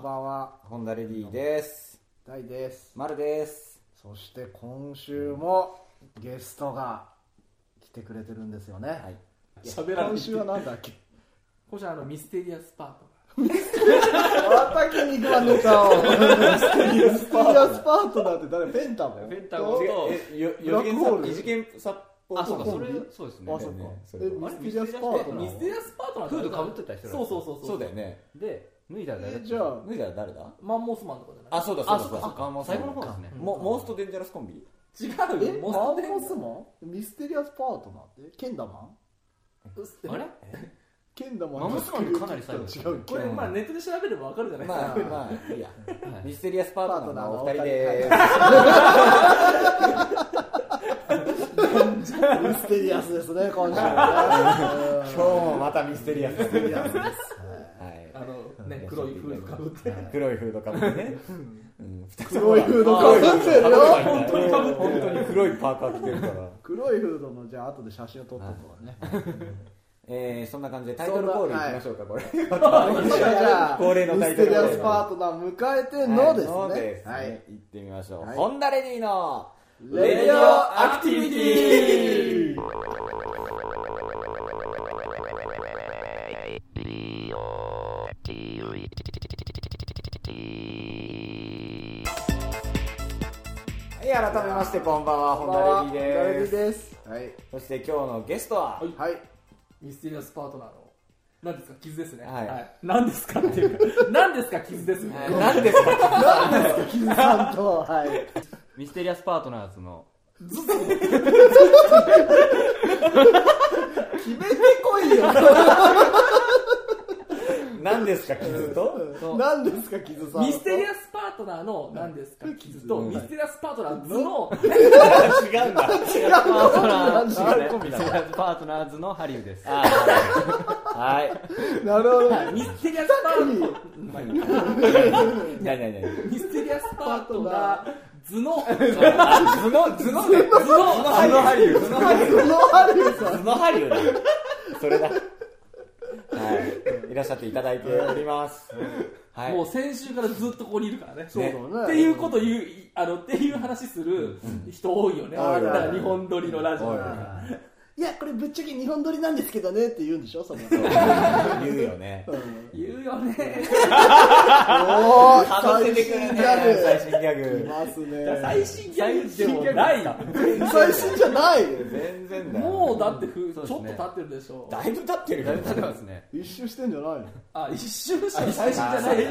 んばんは。 ホンダレディです。 大です。 丸です。 そして今週もゲストが来てくれてるんですよね。はい。今週はなんだっけ？ 今週はミステリアスパートまた筋肉マンネタをミステリアスパートナーって誰？ペンタモン？ ペンタモンと異次元サポート。 そうか、そうですね。 あ、そうか。ミステリアスパートナー。 ミステリアスパートナーフードかぶってた人だ。 そうだよね。 で、脱いだら誰だ？ じゃあ脱いだら誰だ？ マンモスマンとかじゃない？ あ、そうだ。 最後の方ですね。 モーストデンジャラスコンビ？ 違うよ。 マンモスマン？ミステリアスパートナーってケンダマン？ あれ？ ケンダマン。 マンモスマンってかなり最後。 違う。 これまあネットで調べればわかるじゃないですか。 まあいいや。ミステリアスパートナーのお二人でミステリアスですね、今週は。 今日もまたミステリアスです。 黒いフードかぶって。 黒いフードかぶってね。 黒いフードかぶってるよ。 本当に黒いパーカー着てるから。 黒いフードのじゃあ後で写真を撮っとこうね。 そんな感じでタイトルコールいきましょうか、これ。 じゃあ恒例のタイトルコール。 ミステリアスパートナー迎えてのですね。 はい。行ってみましょう。ホンダレディのレディオアクティビティ。 はい、改めましてこんばんは、ホンダレディです。 はい。 そして今日のゲストは、 はい。 ミステリアスパートナーの何ですか、傷ですね。 はい。 何ですかっていうか、何ですか、傷ですね。 何ですか、 傷さんと、はい。 ミステリアスパートナーズの決めてこいよ。 何ですか、傷と何ですか、傷さん。 ミステリアスパートナーの何ですか、傷と、ミステリアスパートナーズの違うんだ。 ミステリアスパートナーズのハリウです。 はい。 なるほど。 ミステリアスパートナーミステリアスパートナーズのハリウだ。 それだ。はい。いらっしゃっていただいております。 はい。もう先週からずっとここにいるからね。 そうだね。 っていうこと言う、っていう話する人多いよね。だから日本撮りのラジオ。 いや、これぶっちゃけ日本撮りなんですけどねって言うんでしょ、その。 言うよね。 言うよね。 おー、 最新ギャグ。 いますね。 最新ギャグでもないか。 最新じゃない。 全然だよ。 もうだってちょっと経ってるでしょ。 だいぶ経ってるよ。 経ってますね。 一周してんじゃないの？ あ、一周して最新じゃない。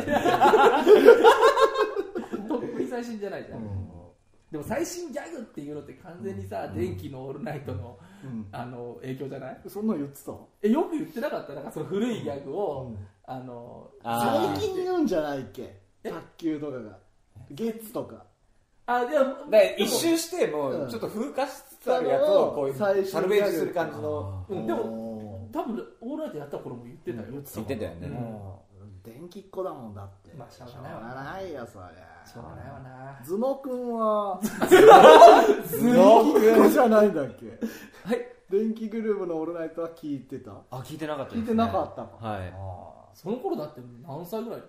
とっくに最新じゃないじゃん。でも最新ギャグっていうのって完全にさ、電気のオールナイトの影響じゃない？ そんなの言ってた？ よく言ってなかった？なんかその古いギャグを最近言うんじゃないっけ？卓球とかがゲッツとか。 でも一周してもちょっと風化したやつをこうサルベージする感じの。 でも多分オールナイトやった頃も言ってたよ。 言ってたよね。 電気っ子だもんだって。 まあしょうがないよそりゃ。 しょうがないわな。 頭脳くんは頭脳くんじゃないんだっけ？ はい。 電気グルーヴのオールナイトは聞いてた？ 聞いてなかったですね。 聞いてなかったか。 はい。 その頃だって何歳ぐらい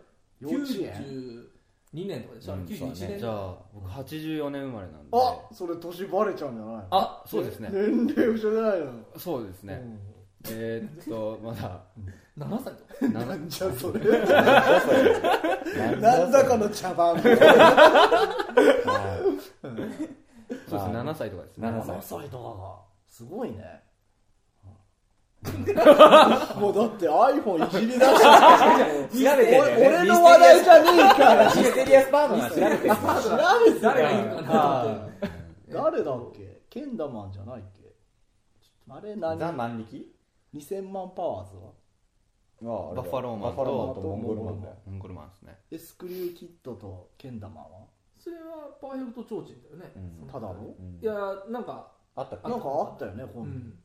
？92年とかでしょ、91年。 じゃあ僕84年生まれなんで。 それ年バレちゃうんじゃないの？ そうですね。 年齢一緒じゃないの？ そうですね。まだ 7歳とか。 なんじゃそれ。なんだこの茶番。 そうですね、7歳とかですね。 7歳とかがすごいね。もうだって iPhone いじり出して調べて俺の話題じゃねえからミステリアスパートナー調べてる。 誰がいいかな。 誰だっけ？ケンダマンじゃないっけ？あれ何？ ザ・万力 ？2000万パワーズは？ バッファローマンとモンゴルマンだよ。 モンゴルマンですね。 エスクリューキッドとケンダマンは？ それはパーフェクト超人だよね。 ただの？ いやなんかあったっけ？ なんかあったよね今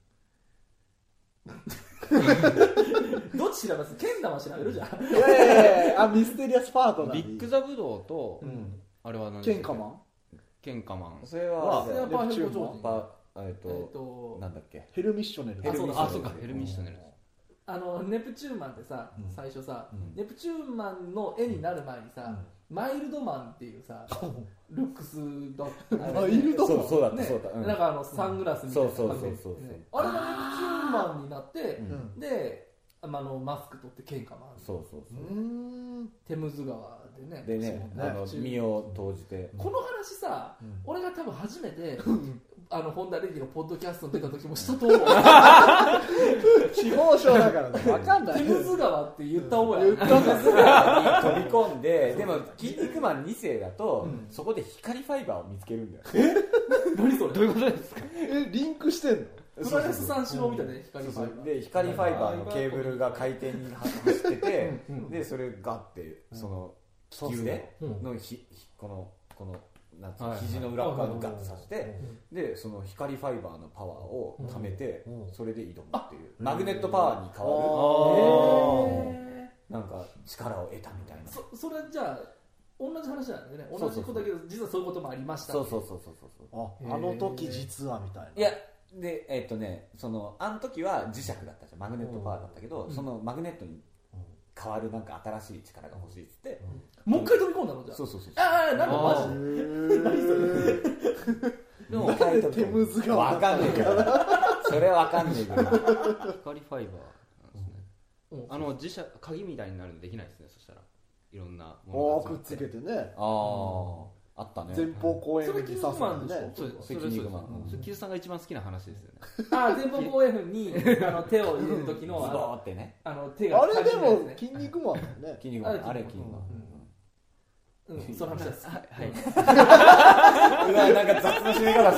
度。どっち調べます？ケンダマン調べるじゃん。 いやミステリアスパートナー。 ビッグザブドウとあれは何ですか？ケンカマン。 それはパーフェクト超人。 なんだっけ？ ヘルミッショネル。 そうか、ヘルミッショネル。 ネプチューンマンってさ、最初さ、ネプチューンマンの絵になる前にさ、マイルドマンっていうさルックスだったマイルドマンそうだったそうだった、 なんかサングラスみたいなそうあれがネプチューンマンになって、でマスク取って喧嘩マン、 そうテムズ川でね、 でね身を投じて、 この話さ、俺が多分初めてホンダレディのポッドキャストに出た時もしたと思う。 地方省だからね、分かんない。 テムズ川って言った覚え、 テムズ川に飛び込んで、でも筋肉マン2世だと、そこで光ファイバーを見つけるんだよ。 何それ、 どういうことですか？ リンクしてんの？ プロレス三四郎みたいな光ファイバーで、光ファイバーのケーブルが回転に走ってて、でそれガッてその気球でのこの肘の裏側にガッと刺して、でその光ファイバーのパワーを貯めて、それで挑むっていうマグネットパワーに変わる、なんか力を得たみたいな。 それじゃあ同じ話なんだよね。同じことだけど実はそういうこともありました。 そうあの時実はみたいな。 いやでそのあの時は磁石だったじゃん、マグネットパワーだったけど、そのマグネットに変わるなんか新しい力が欲しいっつって、 もう一回飛び込んだのじゃあ。 そうなんかマジで何それ。 でもテムズ川わかんねえからそれはわかんねえから光ファイバーなんですね。磁石鍵みたいになるのできないですね。そしたらいろんなものがくっつけてね、 あったね。 前方後円墳に刺すマンでしょ。 それキズさんが一番好きな話ですよね。 前方後円墳に手を入れる時のズボーってね、 手があれでも筋肉マンだよね。 筋肉マン、あれ筋肉マン。 その話です。はい。 うわ、なんか雑な締め方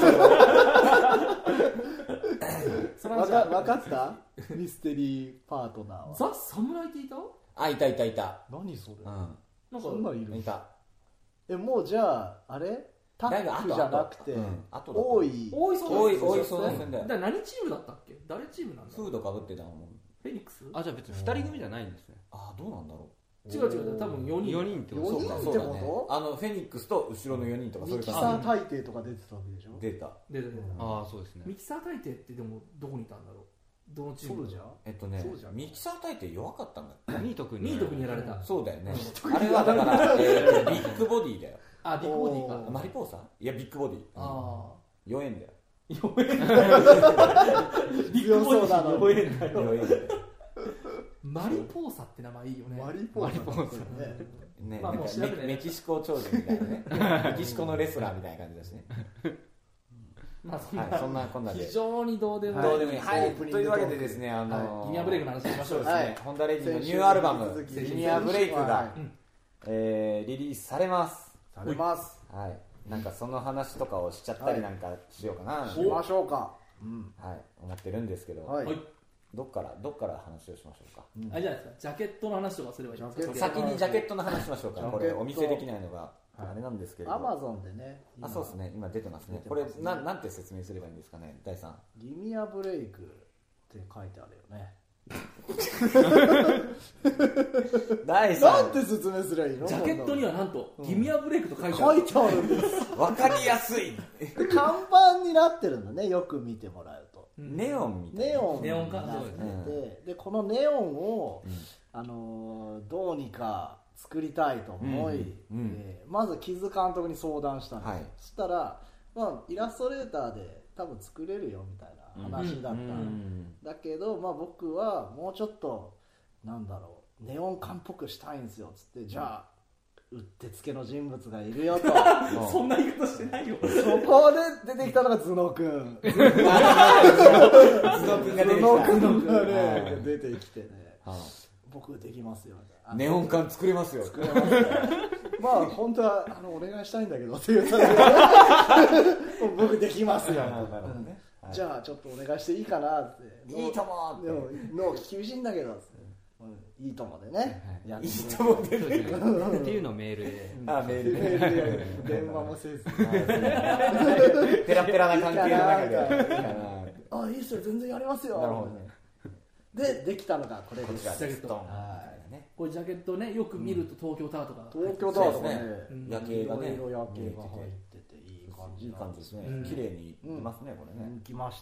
してる。 分かったミステリーパートナーは。 ザ・サムライっていた？ いた。 何それ？ なんかそんなのいる？ いた。 もうじゃああれ？タッグじゃなくて多いそうなんだよ。 何チームだったっけ？誰チームなんだ？ フードかぶってたもん。 フェニックス？ じゃあ別に2人組じゃないんですね。 どうなんだろう。 違う、多分4人ってこと？そうだね。 フェニックスと後ろの4人とか、 ミキサー大帝とか出てたわけでしょ。 出た。 そうですね。 ミキサー大帝ってでもどこにいたんだろう。どのチーム？ そうじゃん。 ミキサー大帝弱かったんだよ。 ミート君にやられた。 そうだよね。あれはだからビッグボディだよ。 ビッグボディか。 マリポーサ？いやビッグボディ。4円だよ。 4円ビッグボディ4円だよ。マリポーサって名前いいよね。 マリポーサね。メキシコ超人みたいなね。メキシコのレスラーみたいな感じだしね。そんなこんなで非常にどうでもいい。はい、というわけでですね、 ギニアブレイクの話しましょうですね。 ホンダレディのニューアルバムギニアブレイクがリリースされます。はい、なんかその話とかをしちゃったりなんかしようかな。 しましょうか。 はい、思ってるんですけど、どっから話をしましょうか。 じゃないですか。ジャケットの話とかすればいいですか。 先にジャケットの話しましょうか。これお見せできないのがあれなんですけれど。 アマゾンでね。 そうですね。今出てますね。これなんて説明すればいいんですかね、第3。 ギミアブレイクって書いてあるよね。 第3。 なんて説明すればいいの？ ジャケットにはなんとギミアブレイクと書いてあるんです。 わかりやすい。 看板になってるんだね。よく見てもらうと。 ネオンみたいな。 ネオンか。 でこのネオンをどうにか作りたいと思い、まず木津監督に相談したんですよ。そしたらイラストレーターで多分作れるよみたいな話だった。だけど僕はもうちょっとネオン感っぽくしたいんですよつって、じゃあうってつけの人物がいるよと。 そんな言い方してないよ。 そこで出てきたのが頭脳くん。頭脳くんが出てきてね、僕できますよ。 ネオン感作れますよ。 本当はお願いしたいんだけどっていう僕できますよ。じゃあちょっとお願いしていいかなって。 いいともって。 脳厳しいんだけど。いいともでね。 いいともでっていうのをメールで。 メールで電話もせず。 ペラペラな関係の中で。 いいっすよ、全然やりますよ。 なるほどね。 でできたのがこれです。 ジャケット。これジャケットね、よく見ると東京タワーとか。 東京タワーとかね。 夜景がね。 夜景が入ってていい感じ。 いい感じですね。綺麗にいますねこれね。 来ました。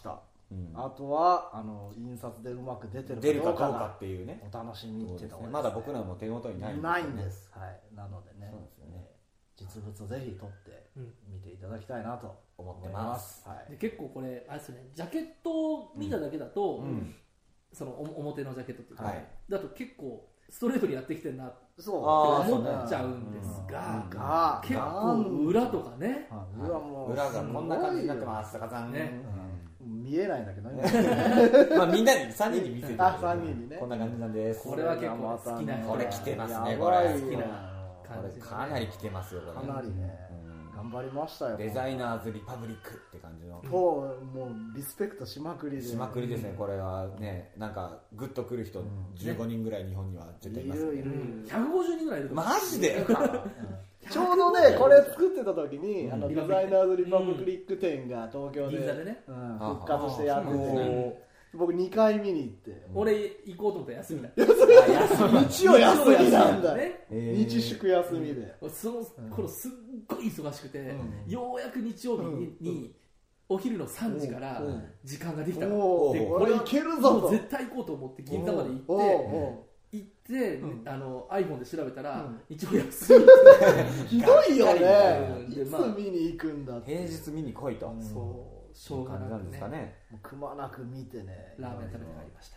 あとは印刷でうまく出て出るかるかどうかどうかっていうね、 お楽しみっていうところですね。 まだ僕らも手元にないんですはい、なのでね、 そうですよね、 実物をぜひ撮って見ていただきたいなと思ってます。 はい、 で結構これあれですね、ジャケットを見ただけだと、その表のジャケットっていうか、だと結構ストレートにやってきてるなって思っちゃうんですが、結構裏とかね、 裏がこんな感じになってます。坂さんね、 見えないんだけどねまあみんなに3人に見せてる、 3人にね、 こんな感じなんです。 これは結構好きな、 これ来てますね、 これ好きなこれかなり来てますよ、これかなりね、頑張りましたよ。 デザイナーズリパブリックって感じの、 もうリスペクトしまくりですね。これはね、なんかグッとくる人15人ぐらい日本には絶対いますね。 いる150人ぐらいいる。 マジでちょうどね、これ作ってた時にデザイナーズリパブリック展が東京で復活してやってて、僕2回見に行って、 俺行こうと思ったら休みだ。 日曜休みなんだ、日祝休みで。 その頃すっごい忙しくて、ようやく日曜日にお昼の3時から時間ができたから、 これいけるぞと、 絶対行こうと思って銀座まで行って、iPhone で調べたら日曜休みひどいよね。いつ見に行くんだって、 平日見に来いと、 しょうがなんですかね。 くまなく見てね、 ラーメン食べて帰りました。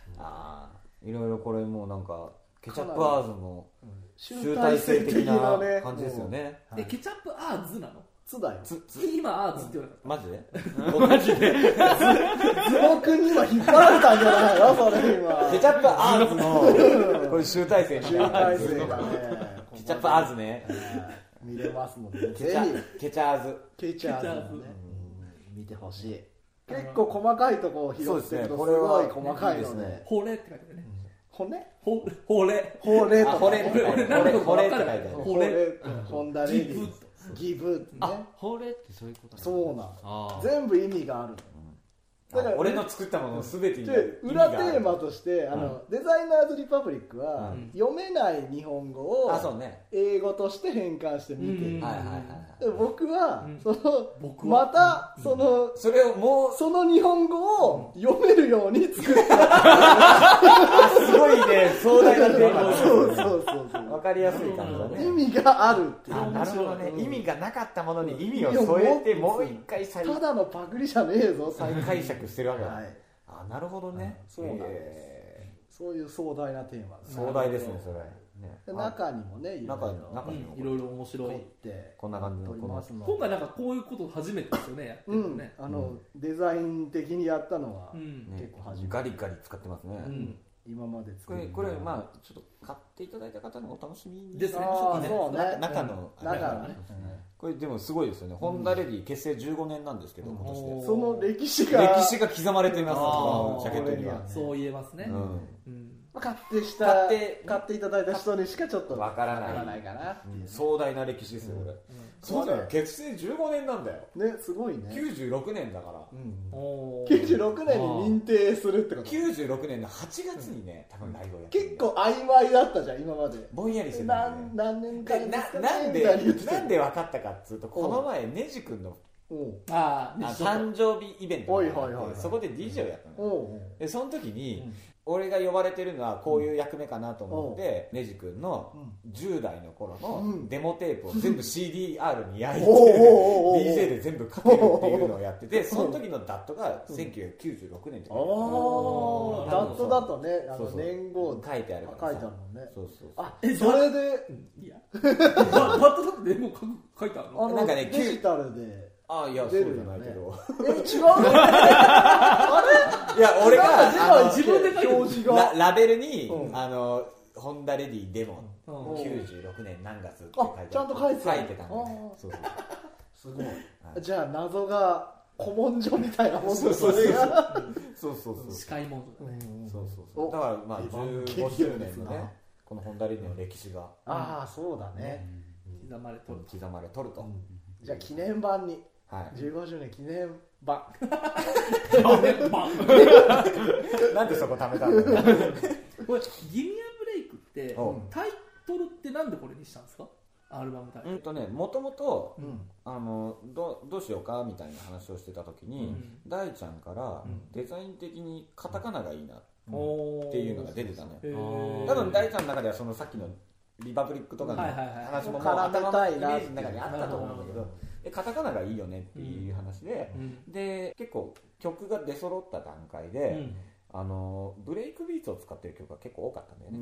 いろいろこれもうなんかケチャップアーズの集大成的な感じですよね。 ケチャップアーズなの？ つだよ。 今アーズって言わなかった。 マジでズボ君には引っ張られたんじゃないのそれ今。 ケチャップアーズのこれ集大成集大成がね。 ケチャップアーズね。 見れますので、ぜひケチャーズ見てほしい。結構細かいとこを拾ってるとすごい細かいので。 ほれって書いてあるね。 骨？ ほれ。 ほれとか。 ほれって書いてある。 ほれ。ホンダレディ。ギブね。 ほれってそういうこと。 そうなん。全部意味がある。 だから俺の作ったものすべてに裏テーマとしてデザイナーズリパブリックは読めない日本語を英語として変換して見てる。僕はまたその日本語を読めるように作った。 すごいね、壮大なテーマ。 そうわかりやすい感じだね。 意味があるっていう。 なるほどね。意味がなかったものに意味を添えてもう一回ただのパクリじゃねえぞ。 再解釈してるわけだ。なるほどね。 そうなんです。そういう壮大なテーマ。 壮大ですね、それ。 中にもね、いろいろ面白いこんな感じの今回なんかこういうこと初めてですよね、やってるのね。 デザイン的にやったのは結構初めて。 ガリガリ使ってますね。 今までこれまあちょっと買っていただいた方のお楽しみですね。 そうね。 中のね。これでもすごいですよね。ホンダレディ結成15年なんですけど、今年で。 その歴史が刻まれています。ジャケットには。 そう言えますね。 買っていただいた人にしかちょっとわからないかな。 壮大な歴史ですよこれ。そうだよ、結成15年なんだよね。すごいね。 96年だから、 96年に認定するってこと。 96年の8月にね、多分ライブをやって。 結構曖昧だったじゃん今まで。 ぼんやりしてたんで。 何年間なんで分かったかっつうと、この前ネジ君の誕生日イベントがあって、そこで DJ をやったの。でその時に俺が呼ばれてるのはこういう役目かなと思って、ネジ君の10代の頃のデモテープを全部 CDR に焼いて DJ で全部かけるっていうのをやってて、その時のダットが1996年とか。 ダットだとね、年号書いてあるからさ。 書いてあるもんね。 そうそれでいやダットだって年号書いてあるの？ なんかね、 デジタルで。 いや、そうじゃないけど。 違うあれ？ いや、俺が自分で表示がラベルにホンダレディデモ96年何月って書いてちゃんと書いてたんで。 すごい。じゃあ謎が古文書みたいなもんです。 そう司会文書だね。 だからまあ15周年のね、このホンダレディの歴史がそうだね、 刻まれとると。 じゃあ記念版に15周年記念版なんでそこ貯めたんだよ。 これギミアブレイクってタイトルってなんでこれにしたんですか？ アルバムタイトル。 もともとどうしようかみたいな話をしてた時に、大ちゃんからデザイン的にカタカナがいいなっていうのが出てたのよ。多分大ちゃんの中ではそのさっきのリパブリックとかの話も頭のイメージの中にあったと思うんだけど、カタカナがいいよねっていう話で、で結構曲が出揃った段階で、ブレイクビーツを使ってる曲が結構多かったんだよ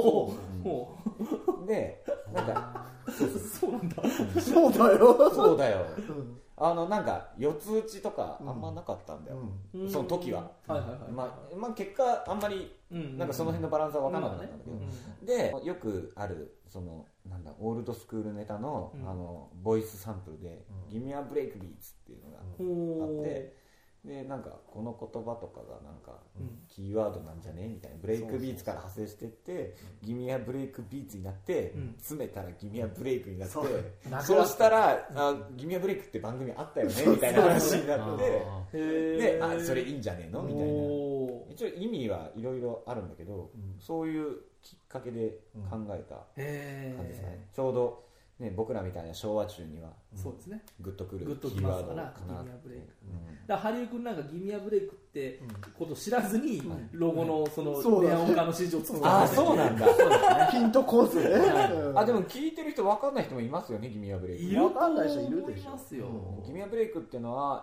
ね。でなんかそうなんだ。 そうだよ。 そうだよ。なんか四つ打ちとかあんまなかったんだよ、その時は。まあ結果あんまりなんかその辺のバランスは分からなかったんだけど、でよくあるそのなんだオールドスクールネタのボイスサンプルで「ギミアブレイクビーツ」っていうのがあって、でなんかこの言葉とかがなんかキーワードなんじゃねみたいな、ブレイクビーツから派生してってギミアブレイクビーツになって、詰めたらギミアブレイクになって、そうしたらギミアブレイクって番組あったよねみたいな話になって、でそれいいんじゃねえのみたいな。一応意味はいろいろあるんだけど、そういうきっかけで考えた感じですね。ちょうどね、僕らみたいな昭和中にはそうですね、 グッとくるキーワードかな。 ギミアブレイク。だからハリウ君なんかギミアブレイクってこと知らずにロゴのそのネオン化の指示を作った。 あ、そうなんだ。 ヒント構図ね。 あ、でも聞いてる人分かんない人もいますよね、ギミアブレイク。 分かんない人いるでしょ。 ギミアブレイクっていうのは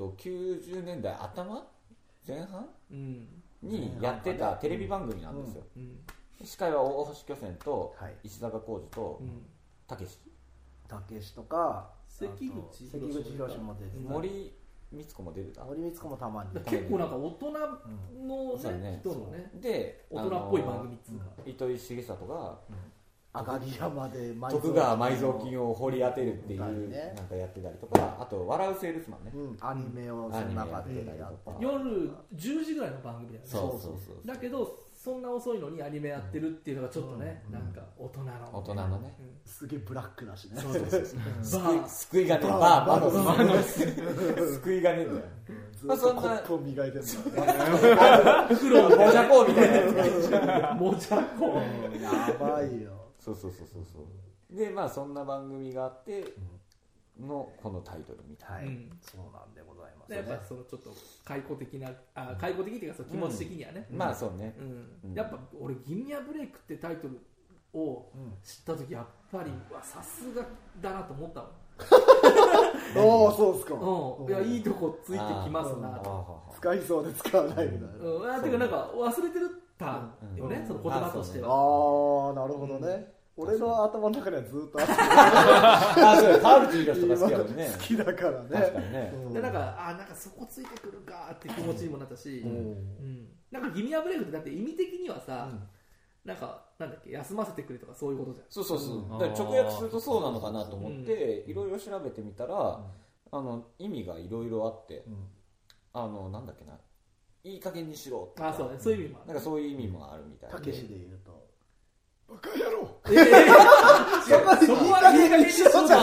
90年代頭前半にやってたテレビ番組なんですよ。司会は大橋巨泉と石坂浩二とたけしとか関口宏も出てた、 森光子も出てた。 森光子もたまに結構なんか大人の人のね、 で大人っぽい番組っつうか、 糸井重里が赤城山で徳川埋蔵金を掘り当てるっていうなんかやってたりとか、あと笑うセールスマンね、 アニメをその中でやったり、 夜10時ぐらいの番組だよね。 そうだけどそんな遅いのにアニメやってるっていうのがちょっとね、なんか大人のね、 すげえブラックだしね。 救いがね、バー救いがねえんだよ。 ずっとコップを磨いてる袋のモジャコみたいなやつモジャコやばいよ。 そうで、まあそんな番組があってのこのタイトルみたいな。 そうなんでございますね。 やっぱそのちょっと開放的な開放的っていうか、その気持ち的にはね、 まあそうね。 やっぱ俺ギミアブレイクってタイトルを知った時やっぱりさすがだなと思ったの。おお、そうですか。 いや、いいとこついてきますなと。 使いそうで使わないみたいな。 てかなんか忘れてるたよね、その言葉としては。 ああ、なるほどね。俺の頭の中ではずっとあってそう、カールチーの人が好きだもんね。 好きだからね。 確かにね。 でなんかそこついてくるかって気持ちにもなったし、なんかギミアブレイクってだって意味的にはさ、なんかなんだっけ、休ませてくれとかそういうことじゃん。 そう。だから直訳するとそうなのかなと思っていろいろ調べてみたら、意味がいろいろあって、なんだっけな、いい加減にしろとか、 そうね、そういう意味もなんかそういう意味もあるみたいな。 たけしで言うと。バカ野郎。 そこは映画にしろじゃ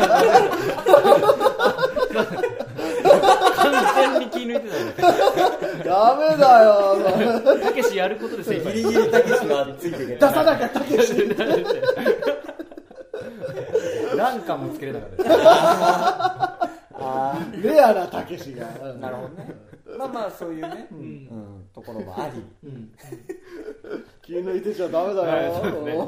完全に気抜いてたね。 ダメだよ。 たけしやることで精一杯。 ギリギリたけしがついていけない。 出さなきゃたけし。 なんかもつけれなかった。 レアなたけしが。 なるほどね。まあそういうね、ところもあり。 気抜いてちゃダメだよ。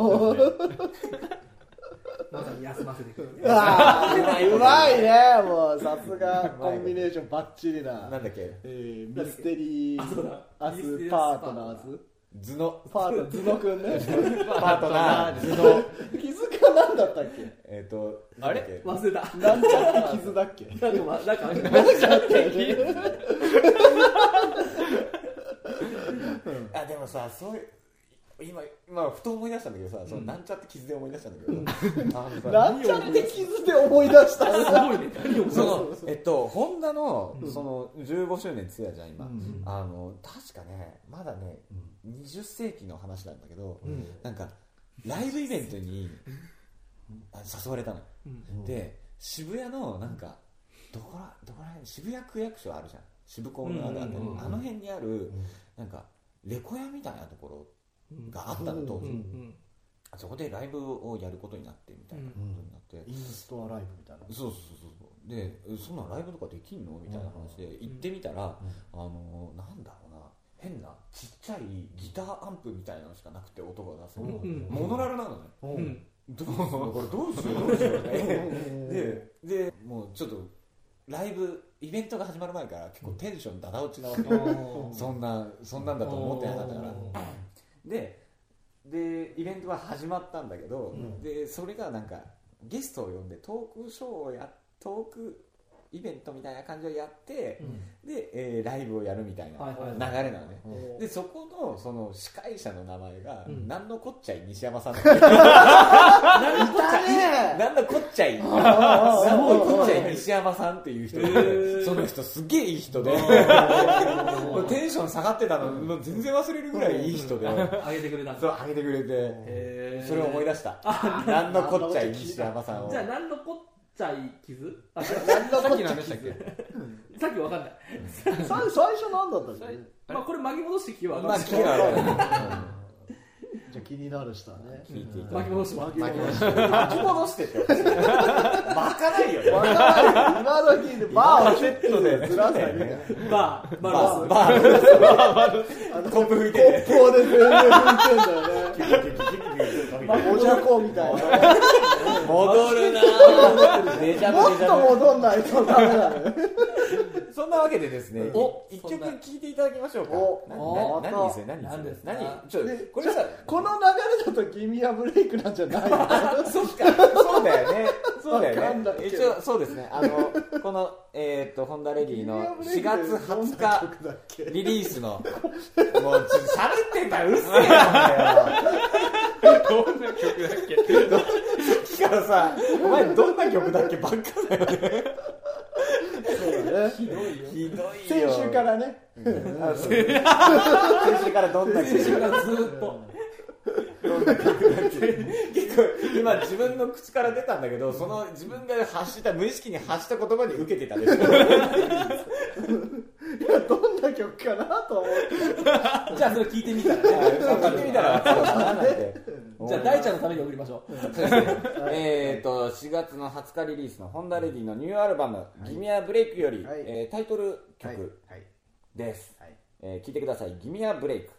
まさに休ませてくる。 うまいね、もうさすがコンビネーションバッチリな。 なんだっけ、 ミステリーアスパートナーズ。 頭脳くんね。 パートナー頭脳。 傷かなんだったっけ？ あれ忘れた。 なんちゃって傷だっけ？ なんかでもさ、そういう今ふと思い出したんだけどさ、そのなんちゃって傷で思い出したんだけど、 なんちゃって傷で思い出した。 すごいね。 ホンダのその15周年ツアーじゃん今。確かね、まだね20世紀の話なんだけど、なんかライブイベントに誘われたの。で渋谷のなんかどこら辺、渋谷区役所あるじゃん、渋港のあるあたり、あの辺にあるなんかレコヤみたいなところがあったの当時。 そこでライブをやることになってみたいなことになって、 インストアライブみたいな。 そうで、そんなライブとかできんのみたいな話で行ってみたら、なんだろうな、変なちっちゃいギターアンプみたいなのしかなくて、音が出せる、モノラルなのね、どうしようでもうちょっとライブイベントが始まる前から結構テンションだだ落ちなわけ、そんなんだと思ってなかったからでイベントが始まったんだけど、でそれがなんかゲストを呼んでトークイベントみたいな感じをやって、で、ライブをやるみたいな流れなのね、でそこのその司会者の名前が、なんのこっちゃい西山さんなんなんのこっちゃい西山さんっていう人で、その人すげえいい人でテンション下がってたのもう全然忘れるぐらいいい人で上げてくれた。 そう上げてくれて、それを思い出した。なんのこっちゃい西山さんを。 じゃあなんのこっちゃい傷？ さっき何でしたっけ？ さっきわかんない。 最初なんだったっけ？ まあこれ巻き戻して聞けば分かる。じゃあ気になる人はね。 巻き戻してってバカないよね。 今の聞いてバーをセットでずらさね。 バーコップ吹いてコップをね全然吹いてんだよね。おじゃこみたいな。 戻るな。 もっと戻んないとダメだね。 そんなわけでですね、一曲聴いていただきましょうか。何ですよ、これさ、 この流れだと君はブレイクなんじゃないの？ そっか、そうだよね。一応そうですね。このホンダレディの4月20日リリースのもう喋ってんからうっせえよ。 どんな曲だっけ？ さっきからさ、お前どんな曲だっけばっかだよね。 ひどいよ。 先週からね。 先週からどんな曲？ 先週からずっと。 結構今自分の口から出たんだけど、その自分が無意識に発した言葉に受けてたでしょ。 いやどんな曲かなと思って。 じゃあそれ聞いてみたらね。 聞いてみたら分かるかなって。 じゃあ大ちゃんのために送りましょう。 4月の20日リリースのホンダレディのニューアルバム「ギミアブレイク」より、タイトル曲です。聴いてください。ギミアブレイク。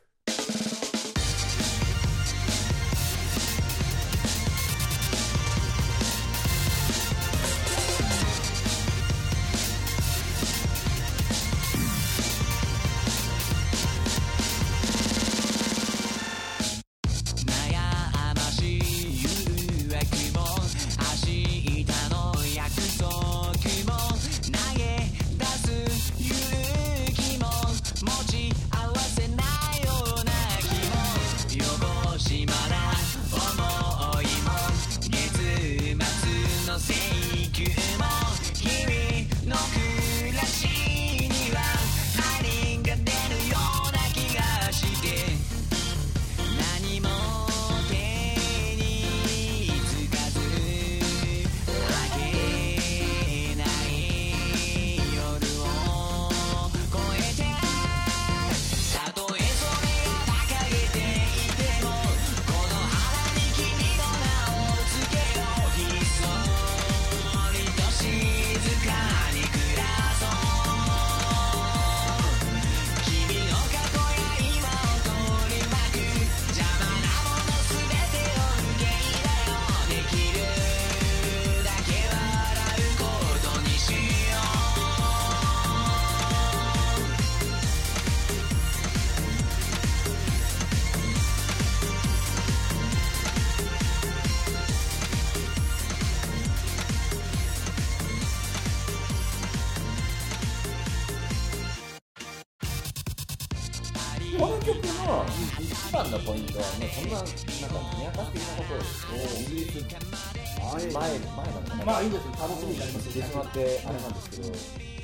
この曲の一番のポイントはね、そんななんか見明かす的なことをリリース前なのかな。 まあいいんですよ、楽しみになりますしてしまってあれなんですけど、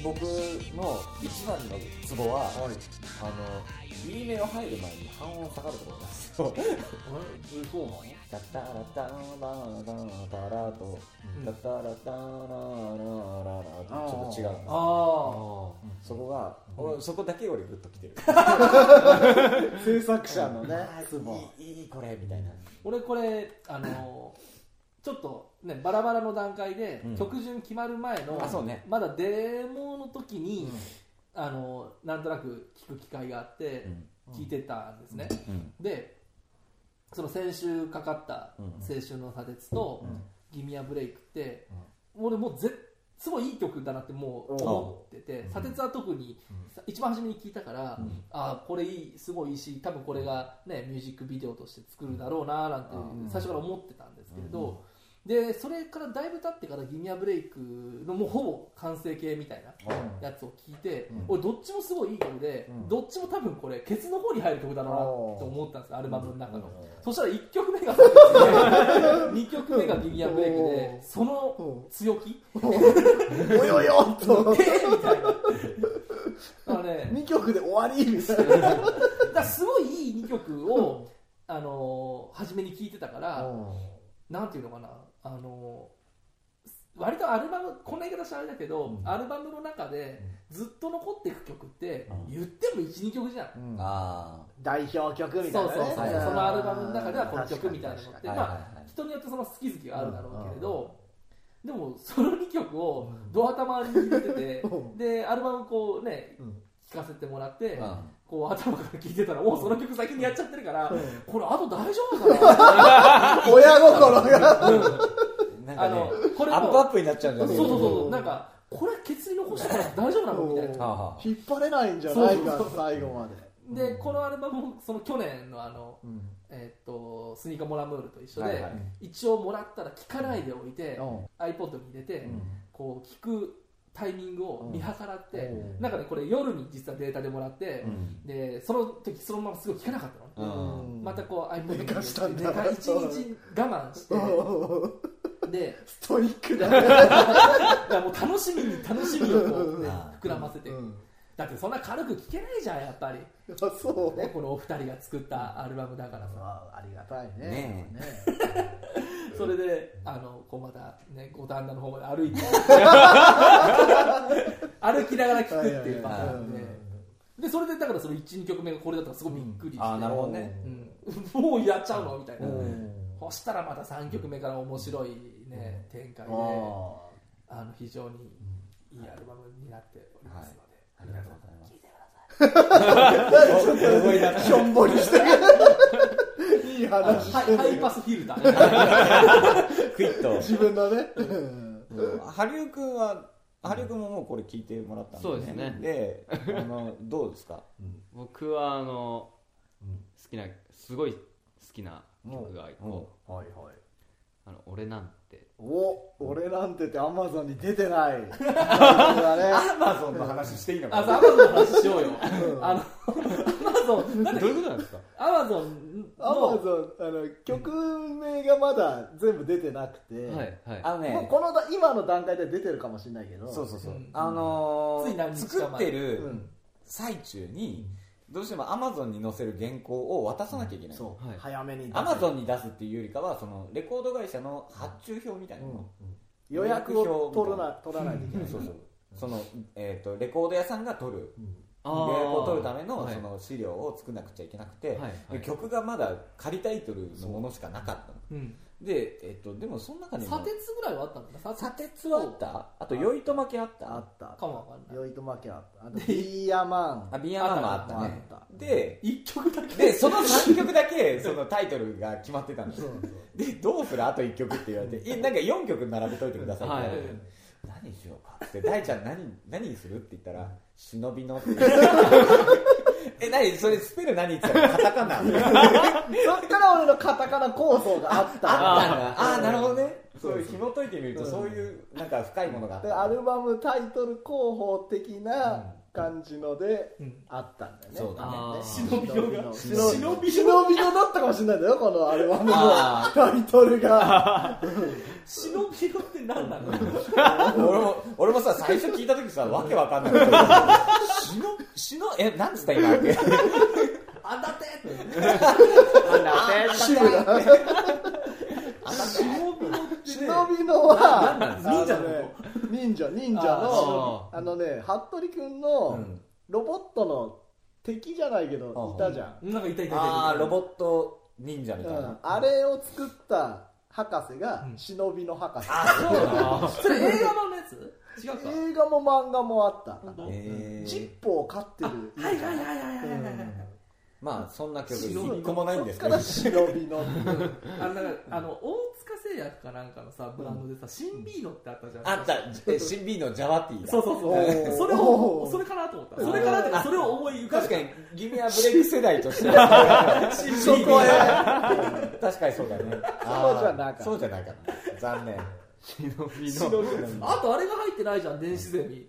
僕の一番のツボは、B メロ入る前に半音下がるところなんですよ。 そうなの？ タタラタラタラとタタラタラララちょっと違うんです。そこが、そこだけ俺グッときてる。 制作者のね、 いいこれみたいな。 俺これちょっとねバラバラの段階で曲順決まる前のまだデモの時になんとなく聞く機会があって聞いてたんですね。でその先週かかった青春の砂鉄とギミアブレイクって俺もうすごいいい曲だなってもう思ってて、砂鉄は特に一番初めに聞いたからこれすごいいいし、多分これがねミュージックビデオとして作るだろうななんて最初から思ってたんですけれど、でそれからだいぶ経ってからギミアブレイクのもうほぼ完成形みたいなやつを聞いて、俺どっちもすごいいい曲で、どっちも多分これケツの方に入る曲だろうなと思ったんですアルバムの中の。そしたら1曲目が2曲目がギミアブレイクで、その強気およよっとみたいな 2曲で終わりみたいなだすごいいい2曲を初めに聴いてたからなんていうのかな割とアルバムこんな言い方したらあれだけど、アルバムの中でずっと残っていく曲って言っても 1,2 曲じゃん、 代表曲みたいなね。 そうそのアルバムの中ではこの曲みたいなのって人によってその好き好きがあるだろうけれど、でもその2曲をドア頭に入れててでアルバムこうね聴かせてもらってこう頭から聴いてたらその曲先にやっちゃってるからこれあと大丈夫かな親心がなんかねこれアップになっちゃうんじゃない？ そうなんかこれケツに残したら大丈夫なのみたいな引っ張れないんじゃないか最後まで。でこのアルバムもその去年のスニーカーモラムールと一緒で一応もらったら聴かないでおいて iPod に入れてこう聴くタイミングを見計らってなんかねこれ夜に実はデータでもらってでその時そのまますごい聴かなかったの。またこう iPod に入れて1日我慢してでストイックだもう楽しみをこう、ね、膨らませて、だってそんな軽く聴けないじゃんやっぱり。 そう、 ね、このお二人が作ったアルバムだからさ、 ありがたいね。 それでこうまたね五反田の方まで歩いて歩きながら聴くっていうパターンでそれでだからその 1,2 曲目がこれだったらすごいびっくりして、 なるほどね、 もうやっちゃうのみたいな。そしたらまた3曲目から面白い、ね、展開で非常にいいアルバムになっておりますので、ありがとうございます。 聞いてください。しょんぼりしていい話してハイパスフィルタークイッと自分のね。 ハリウ君ももうこれ聞いてもらったんで、 そうですね。 でどうですか？ 僕はすごい好きな曲が一個、俺なんて。 俺なんてってアマゾンに出てない。 アマゾンの話していいのかな？ アマゾンの話しようよ。アマゾンどういうことなんですか？ アマゾン曲名がまだ全部出てなくて、もうこの今の段階で出てるかもしれないけど、 作ってる最中にどうしてもアマゾンに載せる原稿を渡さなきゃいけない。 早めにアマゾンに出すっていうよりかはそのレコード会社の発注表みたいなの、 予約を取らないといけない。 そのレコード屋さんが取る予約を取るためのその資料を作らなくちゃいけなくて、曲がまだ仮タイトルのものしかなかったの。ででもその中に砂鉄ぐらいはあったんだ。 砂鉄はあった。あと酔いと負けあった。 かもわかんない。 酔いと負けあった。あとビーヤマン。 ビーヤマンもあったね。で 1曲だけでその3曲だけそのタイトルが決まってたんです。でどうするあと1曲って言われてなんか4曲並べといてくださいって言われて、何しようかって大ちゃん何にするって言ったら忍びのって何それスペル何って言ったらカタカナそっから俺のカタカナ構想があったなるほどね。そういう紐解いてみるとそういうなんか深いものがあった。 アルバムタイトル候補的な感じのであったんだよね。 そうだね。 忍びのが忍びのだったかもしれないんだよ、このアルバムのタイトルが。 忍びのって何なの？ 俺もさ、最初聞いた時さ、わけわかんない。なんつった今。 あんだって忍びのは忍者の服部君のロボットの敵じゃないけどいたじゃん。 なんかいたロボット忍者みたいな。 あれを作った博士が忍びの博士。 それ映画版のやつ？違うか。 映画も漫画もあった。チップを飼ってる。 はいまあそんな曲一個もないんですけど。忍びの。 大塚製薬かなんかのさブランドでさ、シンビーノってあったじゃん。 あった。シンビーノジャワティーだ。 そう。それかなと思った。それかなってそれを思い浮かべ確かにギミアブレイク世代としてはそこへ。 確かにそうだね。そうじゃないかな。残念。 あとあれが入ってないじゃん、電子ゼミ。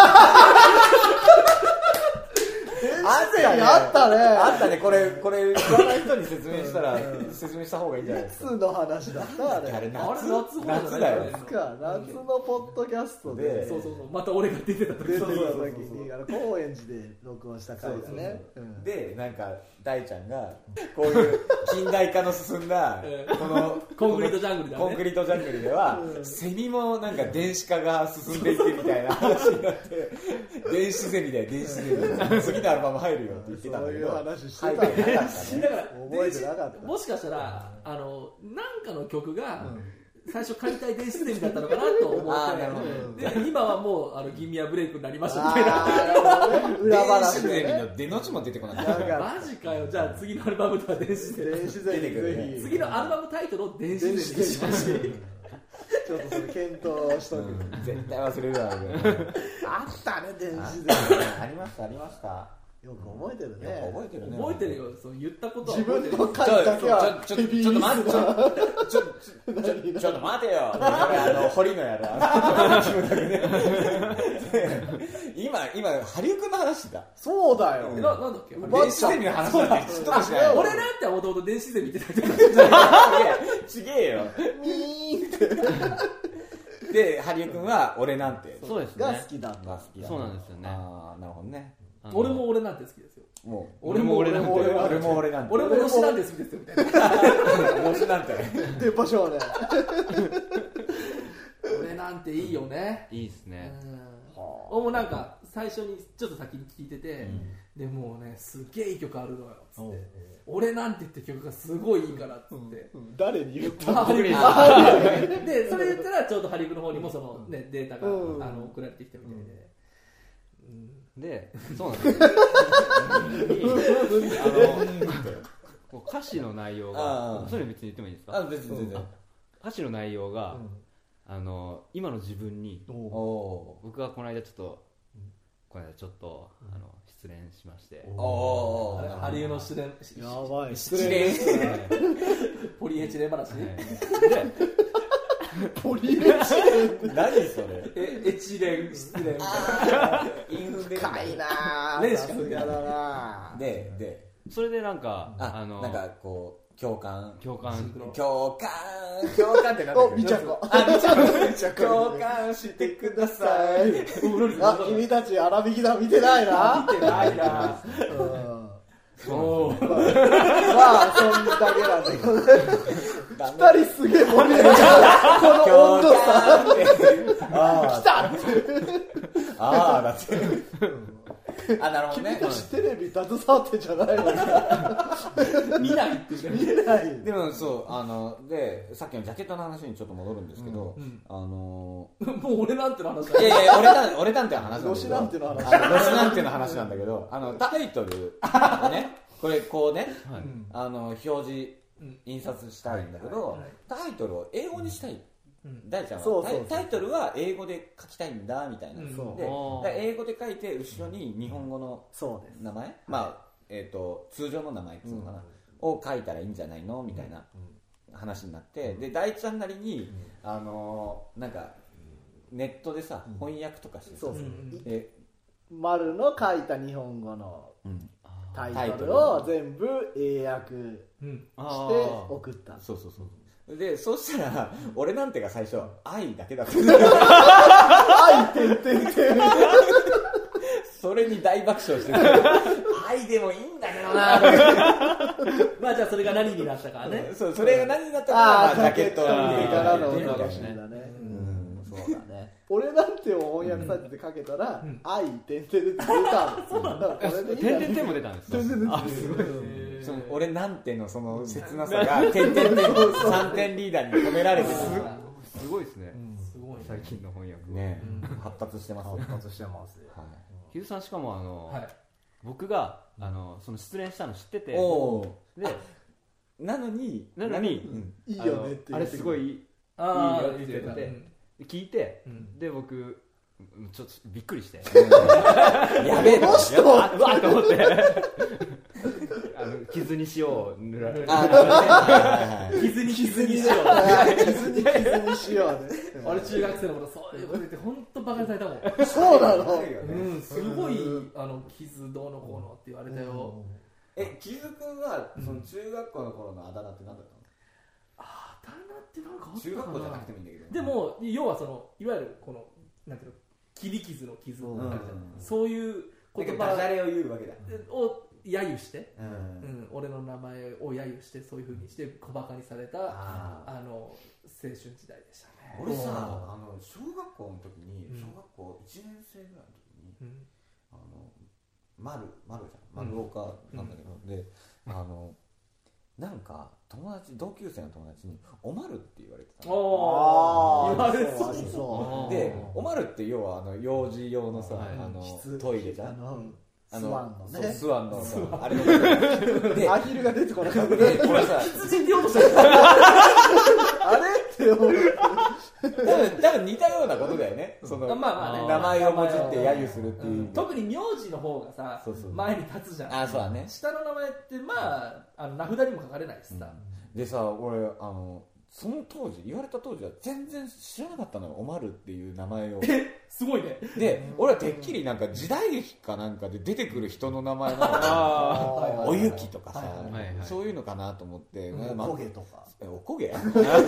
あったね。 これ知らない人に説明した方がいいんじゃないですか。 いつの話だったあれ。 夏だよ。 夏のポッドキャストで。 そう。また俺が出てた時に高円寺で録音した回だね。 でなんか大ちゃんがこういう近代化の進んだこのコンクリートジャングルだね。 コンクリートジャングルではセミもなんか電子化が進んでいってみたいな話になって電子ゼミだよ電子ゼミ次のアルバム入るよって言ってたんだけどそういう話してたね。だから覚えてなかった。 もしかしたらなんかの曲が最初借りたい電子ゼミだったのかなと思ってで今はもうギミアブレイクになりましたみたいな裏話で電子ゼミの出の字も出てこなかった。 マジかよ。じゃあ次のアルバムでは電子ゼミぜひ次のアルバムタイトルを電子ゼミにしましちょっとそれ検討しとく。 絶対忘れるわ。 あったね電子ゼミ。 ありましたよく覚えてるね。 覚えてるよ。そう言ったことは自分の回だけはちょっと待ってちょっと待てよ。堀のや今ハリウ君の話だ。 そうだよ。 なんだっけ。 電子ゼミの話だって。 俺なんてもともと電子ゼミって言ってた。 ちげえよ。でハリウ君は俺なんてそうですねが好きだ。 そうなんですよね。 なるほどね。 俺も俺なんて好きですよ。 俺も俺なんて。 俺も推しなんて好きですよみたいな。 推しなんて。 電波少年。 俺なんていいよね。 いいですね。 もうなんか最初にちょっと先に聞いてて、でもうねすげえいい曲あるのよつって。俺なんてって曲がすごいいいからっつって。 誰に言ったの？ でそれ言ったらちょうどハリウの方にもそのねデータが送られてきたみたいで。 で、そうなんです歌詞の内容が、それ別に言ってもいいですか？ 別に全然。 歌詞の内容が、今の自分に、僕がこの間ちょっと失恋しまして、 ハリウの失恋、 やばい、 失恋ポリエチレン話。 ポリエチレン何それ？ エチレン失恋みたいな。 インフンで深いなぁ。 レンしかやだな。 でそれでなんかなんかこう共感ってなんだっけ？ みちゃこ。 共感してください。 君たち荒引きだ見てないな。 見てないな。 まあそんだけなんだけどね。二人すげえ盛り上がるこの温度差。来たって。 だってなるほどね。 君たちテレビ携わってんじゃないの？ 見ないって見ない。 でもそうでさっきのジャケットの話にちょっと戻るんですけど、 もう俺なんての話だ。 いや俺なんての話なんだけど、ロシなんての話なんだけど、タイトルをねこれこうね表示印刷したいんだけど、タイトルを英語にしたい。大ちゃんはタイトルは英語で書きたいんだみたいな。で英語で書いて後ろに日本語の名前、通常の名前っていうのかなを書いたらいいんじゃないのみたいな話になって、で大ちゃんなりになんかネットでさ翻訳とかしてさ、 丸の書いた日本語のタイトルを全部英訳して送った。 そうそうそう。で、そうしたら、俺なんてが最初、愛だけだった。 愛てんてんてん。 それに大爆笑してる。愛でもいいんだけどな。 まあじゃあそれが何になったかね。 そう、それが何になったか、ジャケットにからのお楽しみだね。そうだね。俺なんてを翻訳されてかけたら、愛てんてんてん出たんですよ。 てんてんてんも出たんですか。 俺なんてのその切なさが、てんてんてん3点リーダーに込められてすごいですね。最近の翻訳ね、発達してます。 発達してます。 木津さんしかも僕がその失恋したの知ってて、でなのにいいよねってあれすごいいいよって言ってて聞いて、で僕ちょっとびっくりして、 やべえこの人うわっと思って傷に塩を塗られる。 傷にしようね。 俺中学生の頃そういうこと言って本当バカにされたもん。 そうなの。 すごい傷どうのこうのって言われたよ。 傷くんはその中学校の頃のあだ名って何だったの？ あだ名ってなんかあったかな。 中学校じゃなくてもいいんだけど。 でも要はそのいわゆるこのなんていうの切り傷の傷あるじゃん。そういう言葉ダジャレを言うわけだ。 を揶揄して、俺の名前を揶揄してそういう風にして小バカにされた青春時代でしたね。 俺さ小学校の時に小学校1年生ぐらいの時に丸じゃん丸岡なんだけど、でなんか同級生の友達におまるって言われてたの。言われそうで、おまるって要は幼児用のさトイレじゃん。 スワンのね。 スワンのあれでアヒルが出てこなかった。 でこれさ羊って言おうとしたあれって思う。 多分似たようなことだよね。その名前をもじって揶揄するっていう。 特に名字の方がさ前に立つじゃん。 あ、そうだね。 下の名前ってまあ名札にも書かれないしさ。 でさ、俺その当時言われた当時は全然知らなかったのよ、おまるっていう名前を。 すごいね。 で俺はてっきりなんか時代劇かなんかで出てくる人の名前なのおゆきとかさ、そういうのかなと思って。 おこげとか。 おこげ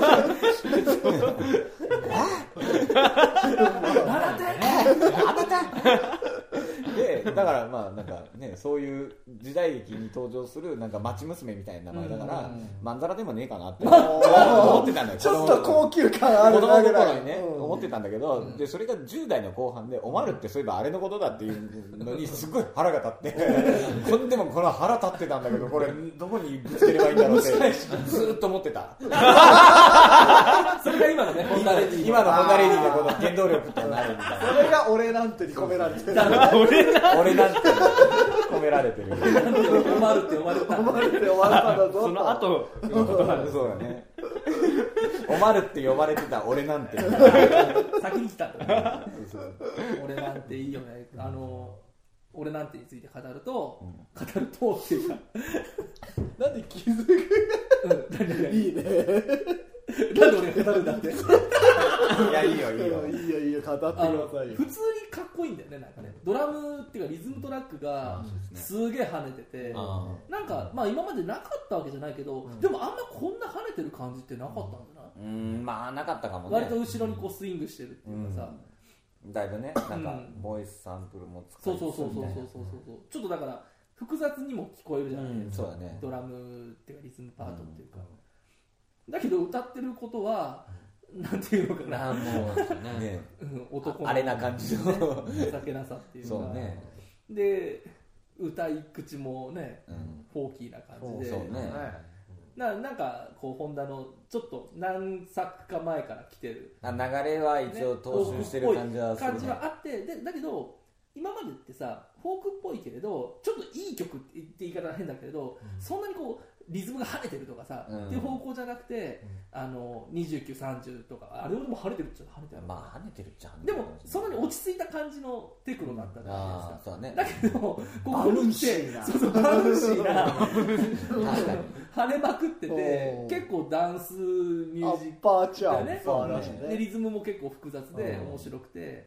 でだからまあなんかね、そういう時代劇に登場するなんか町娘みたいな名前だからまんざらでもねえかなって思ってたんだよ。 ちょっと高級感ある子供の頃にね思ってたんだけど、でそれが10代の後半でおまるってそういえばあれのことだっていうのにすごい腹が立ってでもこの腹立ってたんだけどこれどこにぶつければいいんだろうってずっと思ってた。 それが今のねホンダレディ今のホンダレディのこの原動力となるみたいな。 それが俺なんてに込められてる。 俺なんて込められてる。 おまるって呼ばれた。 おまるって呼ばれたんだぞ。 その後そうだね。おまるって呼ばれてた俺なんて先に来た。俺なんていいよね。俺なんてについて語るとっていうかなんで気づくいいね。なんで俺が語るんだって。 いやいいよ語ってくださいよ。 普通にかっこいいんだよね。なんかねドラムっていうかリズムトラックがすげえ跳ねてて、なんかまあ今までなかったわけじゃないけど、でもあんまこんな跳ねてる感じってなかったんだな。 まあなかったかもね。 割と後ろにこうスイングしてるっていうかさ、 だいぶねなんかボイスサンプルも使ってそうちょっとだから複雑にも聞こえるじゃないですか。そうだね。ドラムっていうかリズムパートっていうか。だけど歌ってることはなんていうのかな、もうね、男のあれな感じのふざけなさっていうか、そうね。で歌い口もね、フォーキーな感じで、そうね。なんかこうホンダのちょっと何作か前から来てる流れは一応踏襲してる感じはする、ね、 感じはあって、だけど今までってさフォークっぽいけれどちょっといい曲って言い方は変だけれど、そんなにこうリズムが跳ねてるとかさ、っていう方向じゃなくて、29、30とかあれよりも跳ねてるっちゃ跳ねてる。 まあ跳ねてるっちゃ跳ねてる。でもそんなに落ち着いた感じのテクノだったじゃないですか。 そうね。 だけどここに来てバウンシーな跳ねまくってて、結構ダンスミュージックだよね。でリズムも結構複雑で面白くて。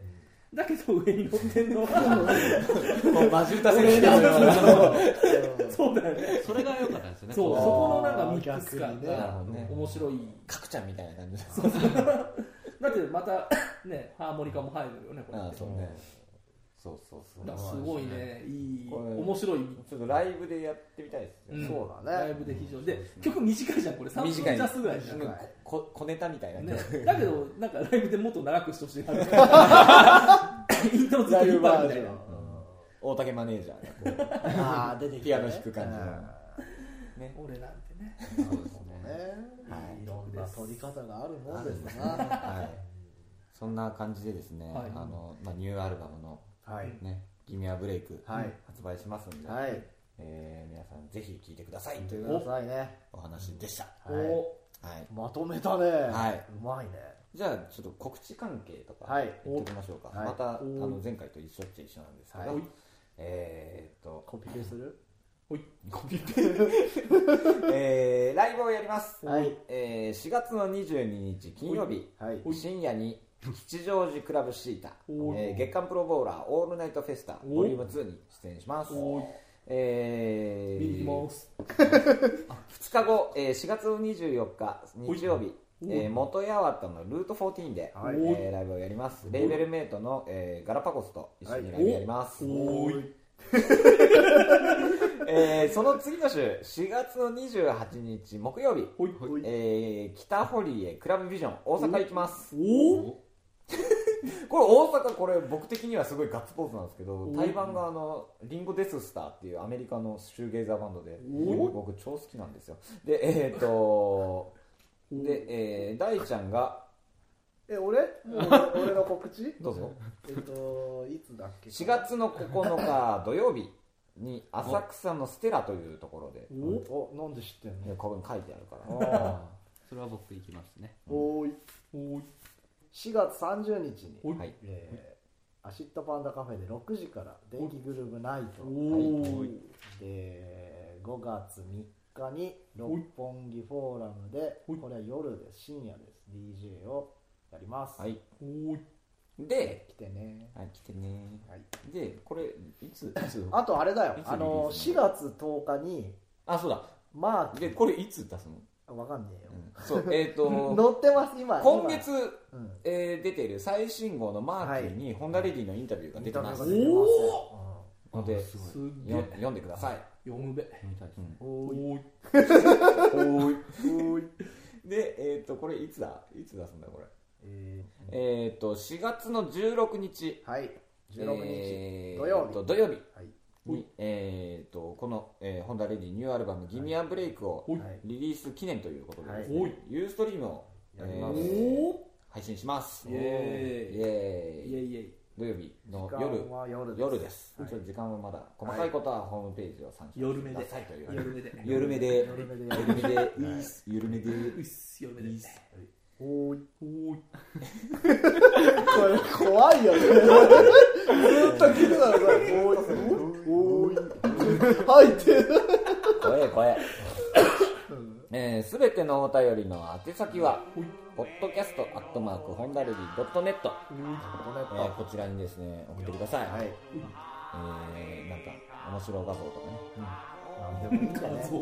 だけど上に乗ってんのはマジ歌選手権そうだよね。 それが良かったんですよね。 そう、そこのなんかミックス感がね面白い。 角ちゃんみたいな感じでだってまたねハーモニカも入るよねこれ。 そうね。そうすごいね、いい面白い。 ちょっとライブでやってみたいですね。 そうだね。 ライブで非常にで曲短いじゃんこれ3分ジャスぐらいじゃん。 小ネタみたいなね。だけどなんかライブでもっと長くしてほしいな。イントロずっと引っ張るみたいな。 大竹マネージャーがああ出てきてピアノ弾く感じの。 ね。俺なんてね。 そうですね。いろんな取り方があるもんですな。 はい。そんな感じでですね、ニューアルバムのね、ギミアブレイク発売しますんで、皆さんぜひ聴いてくださいというお話でした。 まとめたね。うまいね。 じゃあちょっと告知関係とか言っておきましょうか。また前回と一緒っちゃ一緒なんですけど、 コピペする？ コピペライブをやります。4月の22日金曜日深夜に吉祥寺クラブシータ月刊プロボウラーオールナイトフェスタボリューム2に出演します。2日後4月24日日曜日元八幡のルート14でライブをやります。レーベルメイトのガラパゴスと一緒にライブやります。その次の週4月の28日木曜日北堀江クラブビジョン大阪行きます。これ大阪、これ僕的にはすごいガッツポーズなんですけど、対バンがリンゴデススターっていうアメリカのシューゲイザーバンドで僕超好きなんですよ。で大ちゃんが俺の告知どうぞ。 いつだっけ。 4月の9日土曜日に浅草のステラというところで。 なんで知ってんの？ ここに書いてあるからそれは僕行きますね。 4月30日にアシッドパンダカフェで6時から電気グルーヴナイトで5月3日に六本木フォーラムでこれは夜です、深夜です、 DJ をやります。 で来てね。 でこれいつあとあれだよ、4月10日にそうだマーキでこれいつ出すの？ わかんねえよ。 そう載ってます今月出ている最新号のマーキーにホンダレディのインタビューが出てます。ので読んでください。 読むべ。 でこれいつ出すんだこれ。4月の16日土曜日にこのホンダレディニューアルバムギミアブレイクをリリース記念ということでユーストリームを配信します。イエーイ。土曜日の夜です。ちょっと時間はまだ細かいことはホームページを参照してくださいという緩めでこれ怖いよね。ずっと聞いてたらさ、入ってる。 怖い。すべてのお便りの宛先はpodcast@hondaready.net こちらにですね送ってください。なんか面白画像とかね。 面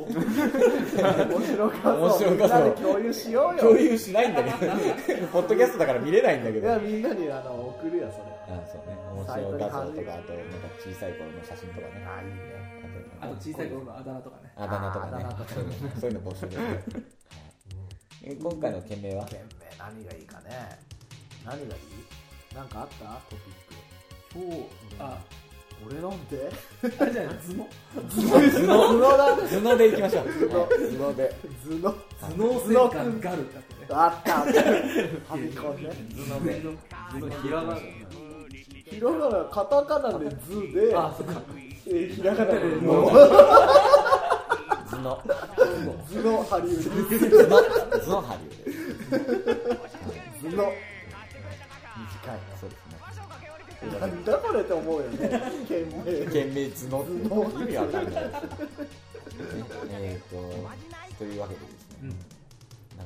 白画像共有しようよ。 共有しないんだけどポッドキャストだから見れないんだけど。 いやみんなに送るよそれ。 そうね。面白画像とかあとなんか小さい頃の写真とかね。 いいね。 あと小さい頃のあだ名とかね。 そういうの募集です。今回の件名は？ 何がいいかね。何がいい？なんかあったトピック。俺なんてあれじゃない頭脳でいきましょう。頭脳戦艦ガルだってね。 あったファミコンね。 頭脳ひらがなひらがなカタカナで図でひらがなでの図のハリウッド図のハリウッド図の短いそうですね。 なんだこれって思うよね。 県名図の意味わかんないです。というわけでですね、なんか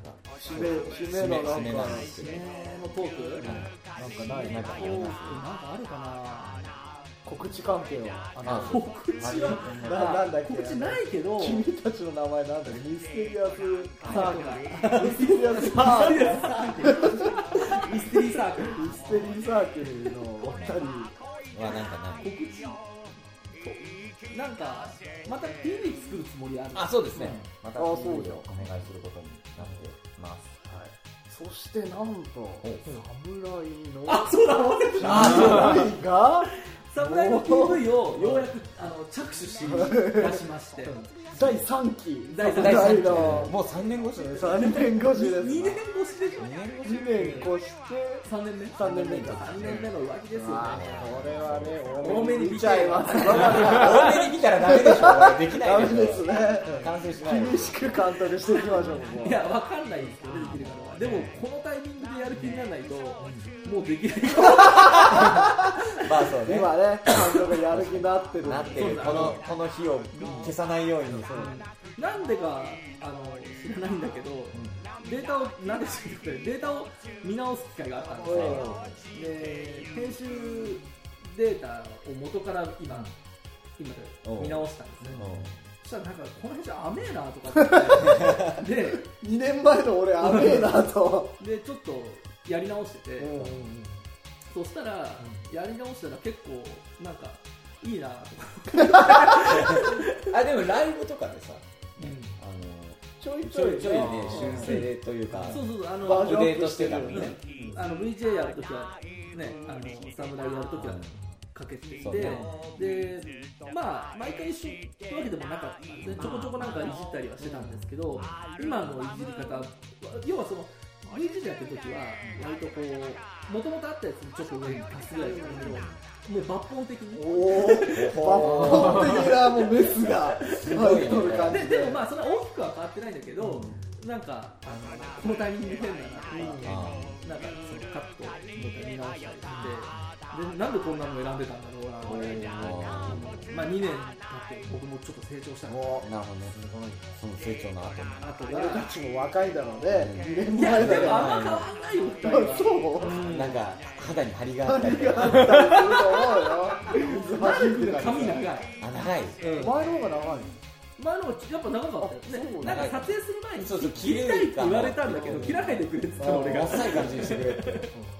締めのなんか締めのトークなんかないなんかあるかな。 告知関係は告知はなんだっけ告知ないけど君たちの名前なんだっけミステリアスサークルミステリアスサークルミステリーサークルミステリーサークルのお二人はなんかない告知なんかまた PV 作るつもりある。 あ、そうですね、また PV をおそうじゃん願いすることになってます。 そしてなんと侍のあ、そうだ、忘れてた。 侍が侍の PV をようやく着手し出しまして第3期第3 侍期のもう3年越しです。 3年越しです 2年越しでしょ。 2年越して 3年目 3年目か 3年目の浮気ですよね。 これはね多めに見ちゃいます多めに見たらダメでしょ。これできダメないでしょ。 ですね完成しない。 厳しく監督していきましょうここいや、わかんないですよね、できるかどうか。でもこのタイミングでやる気にならないともうできない。 まあそうね。 今ね監督がやる気になってるなってる。この日を消さないように。 なんでか知らないんだけど、データをなんで知ってデータを見直す機会があったんですよ。で編集データを元から今見直したんですね。そしたらなんかこの編集甘えなとかってで 2年前の俺甘えなとでちょっとやり直してて、そしたらやり直したら結構なんかいいなとかあ、でもライブとかでさ、 ちょいちょいね、修正というか、 そうバージョンアップアップデートしてたのにね。 VJ やるときはね、侍やるときはかけてて、でまあ毎回一緒ってわけでもなかったんで、ちょこちょこなんかいじったりはしてたんですけど、今のいじり方、要はその VJ でやってるときは割とこう元々あったやつにちょっと上に足すぐらいなんだけど、もう抜本的に抜本的なもうメスが入っとる感じでもまあそんな大きくは変わってないんだけど、なんかこのタイミングで変だなとか、なんかそのカットもう一回見直したりしてで、なんでこんなの選んでたんだろうなとか、まあ2年経って僕もちょっと成長したんでなるほどね。その成長の後に。 あと俺たちも若いだろうね2年いや前だよでもあんま変わんないよ2人は。 そうなんか肌に張りがあったりとか。 あったりすると思うよ水マルク弾いてたり髪長い。 あ、長い。 前の方が長い前の方がやっぱ長かったよね。なんか撮影する前にそうそう切りたいって言われたんだけど、切らないでくれって言ったの俺が。 浅い感じにしてくれって。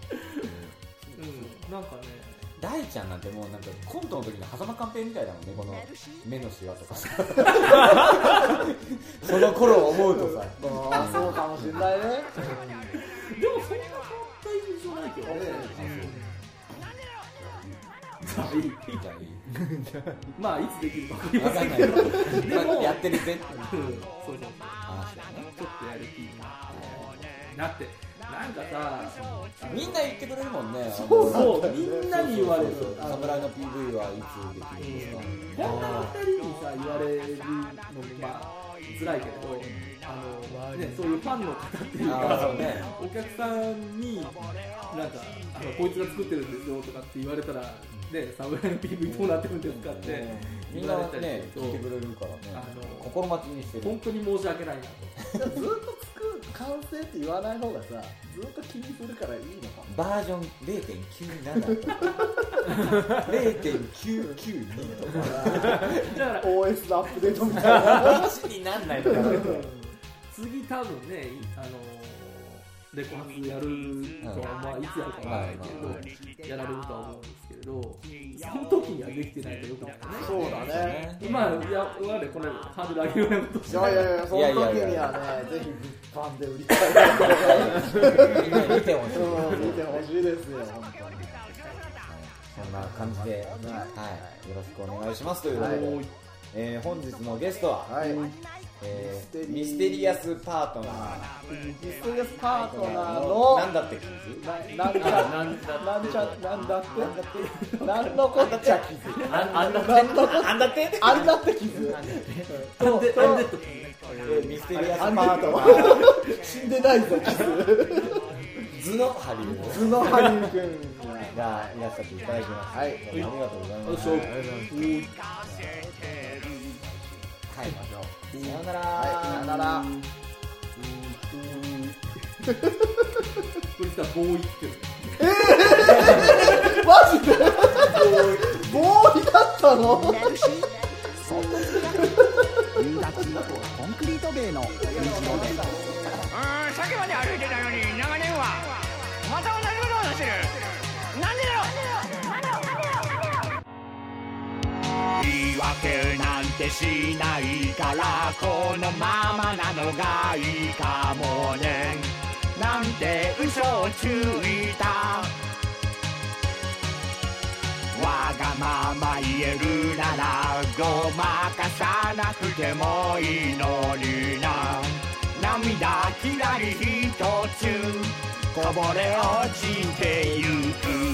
なんかね。 大ちゃんなんてもうなんかコントの時の狭間寛平みたいだもんね、この目のシワとかその頃を思うとさ、 そうかもしれないねでもそんな変わった印象ないけどね。いいまあいつできるか分かりませんけど、でもやってるぜってそう話だよね。 ちょっとやる気になってなんかさ、 みんな言ってくれるもんね。 そうみんなに言われる。 侍の PV はいつできるんですか。 こんな2人にさ言われるのもまあ辛いけれど、ね、そういうファンの方っていうか、お客さんになんかこいつが作ってるんですよとかって言われたら、ね、侍の PV どうなってるんですかってみんなね聞いてくれるからね、心待ちにしてる。 本当に申し訳ないなと。 ずっと完成って言わない方がさ、ずっと気にするからいいのかも。 バージョン 0.97 とか0.992 とか OS のアップデートみたいな 1になんないのかな。 次多分ね、レコ発やるとは、まあいつやるかわからないけど、やられるとは思うんですけれど、その時にはできてないとよくないよね。 そうだね。 まあいや我々これハードル上げるようなことしてない。 いやその時にはね、ぜひファンで売りたいなと。 見てほしい。 見てほしいですよ本当に。 そんな感じで、はい、よろしくお願いしますということで、本日のゲストは、ミステリアスパートナー、 ミステリアスパートナーのなんだってキズ、 なんだってなんのこっちゃキズ、 あんだってキズミステリアスパートナー死んでないぞキズ頭のハリウ頭のハリウ君がいらっしゃっていただきます。はい、ありがとうございます。はい、さようなら。 さようなら。 これ実はボーイってマジでボーイだったの？ 夕立コンクリート塀の虹色でさっきまで歩いてたのに長年はまた同じことをしてる。なんでだろう。言い訳なんてしないからこのままなのがいいかもねなんて嘘をついた。わがまま言えるならごまかさなくてもいいのにな。涙きらりひとつこぼれ落ちてゆく